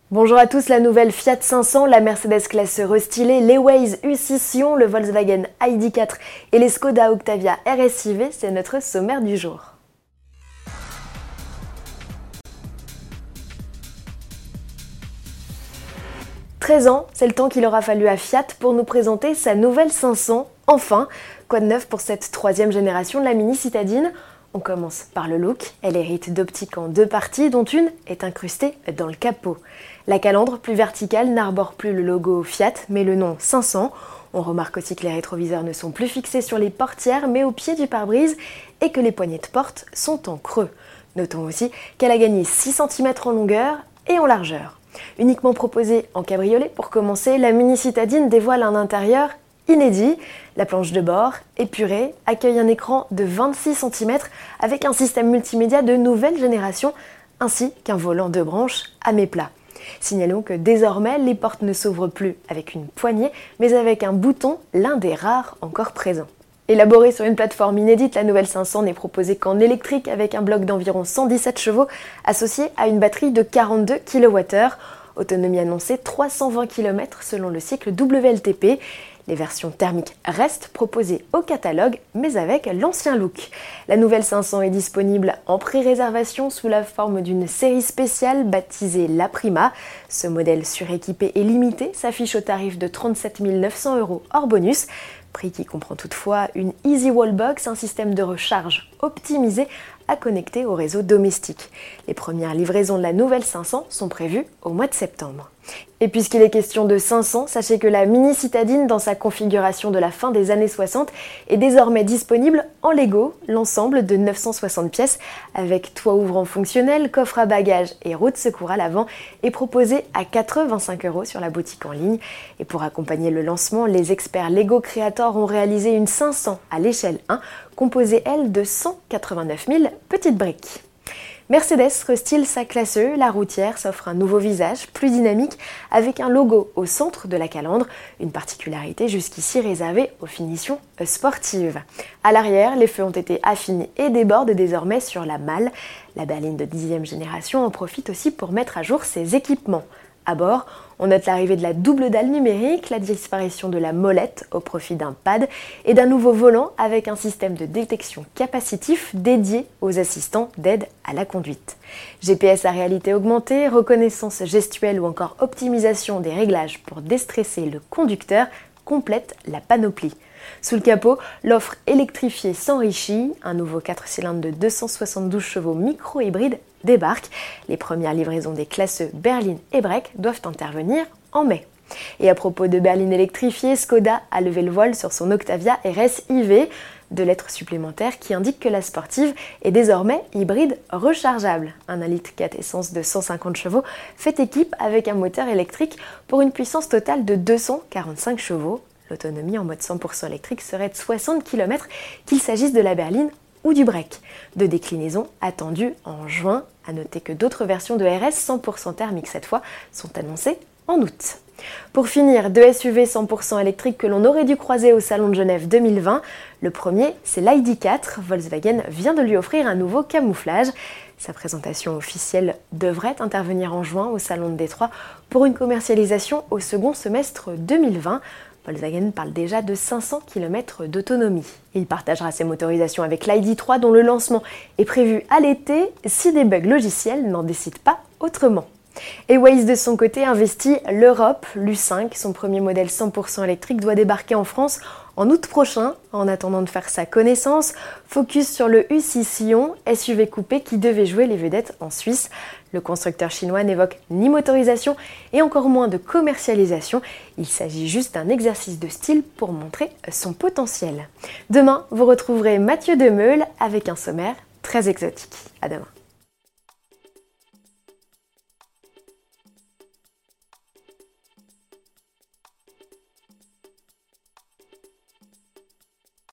Bonjour à tous, la nouvelle Fiat 500, la Mercedes classe restylée, les Waze U6 Sion, le Volkswagen ID.4 et les Skoda Octavia RS-IV, c'est notre sommaire du jour. « 13 ans, c'est le temps qu'il aura fallu à Fiat pour nous présenter sa nouvelle 500. Enfin, quoi de neuf pour cette troisième génération de la mini citadine ? On commence par le look. Elle hérite d'optiques en deux parties, dont une est incrustée dans le capot. La calandre, plus verticale, n'arbore plus le logo Fiat, mais le nom 500. On remarque aussi que les rétroviseurs ne sont plus fixés sur les portières, mais au pied du pare-brise, et que les poignées de porte sont en creux. Notons aussi qu'elle a gagné 6 cm en longueur et en largeur. Uniquement proposée en cabriolet, pour commencer, la mini citadine dévoile un intérieur inédit. La planche de bord, épurée, accueille un écran de 26 cm avec un système multimédia de nouvelle génération, ainsi qu'un volant de branche à méplat. Signalons que désormais, les portes ne s'ouvrent plus avec une poignée, mais avec un bouton, l'un des rares encore présents. Élaborée sur une plateforme inédite, la nouvelle 500 n'est proposée qu'en électrique avec un bloc d'environ 117 chevaux associé à une batterie de 42 kWh. Autonomie annoncée 320 km selon le cycle WLTP. Les versions thermiques restent proposées au catalogue, mais avec l'ancien look. La nouvelle 500 est disponible en pré-réservation sous la forme d'une série spéciale baptisée La Prima. Ce modèle suréquipé et limité s'affiche au tarif de 37 900 € hors bonus. Prix qui comprend toutefois une Easy Wallbox, un système de recharge optimisé à connecter au réseau domestique. Les premières livraisons de la nouvelle 500 sont prévues au mois de septembre. Et puisqu'il est question de 500, sachez que la mini citadine dans sa configuration de la fin des années 60 est désormais disponible en Lego, l'ensemble de 960 pièces avec toit ouvrant fonctionnel, coffre à bagages et roue de secours à l'avant est proposé à 85 € sur la boutique en ligne. Et pour accompagner le lancement, les experts Lego Creator ont réalisé une 500 à l'échelle 1, composée elle de 189 000 petites briques. Mercedes restyle sa classe E, la routière s'offre un nouveau visage, plus dynamique, avec un logo au centre de la calandre, une particularité jusqu'ici réservée aux finitions sportives. À l'arrière, les feux ont été affinés et débordent désormais sur la malle. La berline de 10e génération en profite aussi pour mettre à jour ses équipements. À bord, on note l'arrivée de la double dalle numérique, la disparition de la molette au profit d'un pad et d'un nouveau volant avec un système de détection capacitif dédié aux assistants d'aide à la conduite. GPS à réalité augmentée, reconnaissance gestuelle ou encore optimisation des réglages pour déstresser le conducteur complète la panoplie. Sous le capot, l'offre électrifiée s'enrichit. Un nouveau 4 cylindres de 272 chevaux micro-hybride débarque. Les premières livraisons des classes E, berline et break doivent intervenir en mai. Et à propos de berline électrifiée, Skoda a levé le voile sur son Octavia RS-IV. 2 lettres supplémentaires qui indiquent que la sportive est désormais hybride rechargeable. Un 1,4 litre essence de 150 chevaux fait équipe avec un moteur électrique pour une puissance totale de 245 chevaux. L'autonomie en mode 100% électrique serait de 60 km, qu'il s'agisse de la berline ou du break. 2 déclinaisons attendues en juin. À noter que d'autres versions de RS 100% thermique cette fois sont annoncées en août. Pour finir, 2 SUV 100% électriques que l'on aurait dû croiser au Salon de Genève 2020. Le premier, c'est l'ID.4. Volkswagen vient de lui offrir un nouveau camouflage. Sa présentation officielle devrait intervenir en juin au Salon de Détroit pour une commercialisation au second semestre 2020. Volkswagen parle déjà de 500 km d'autonomie. Il partagera ses motorisations avec l'ID.3 dont le lancement est prévu à l'été si des bugs logiciels n'en décident pas autrement. Et Waze de son côté investit l'Europe. L'U5, son premier modèle 100% électrique, doit débarquer en France en août prochain. En attendant de faire sa connaissance, focus sur le U6 Sion, SUV coupé qui devait jouer les vedettes en Suisse. Le constructeur chinois n'évoque ni motorisation et encore moins de commercialisation. Il s'agit juste d'un exercice de style pour montrer son potentiel. Demain, vous retrouverez Mathieu Demeule avec un sommaire très exotique. À demain.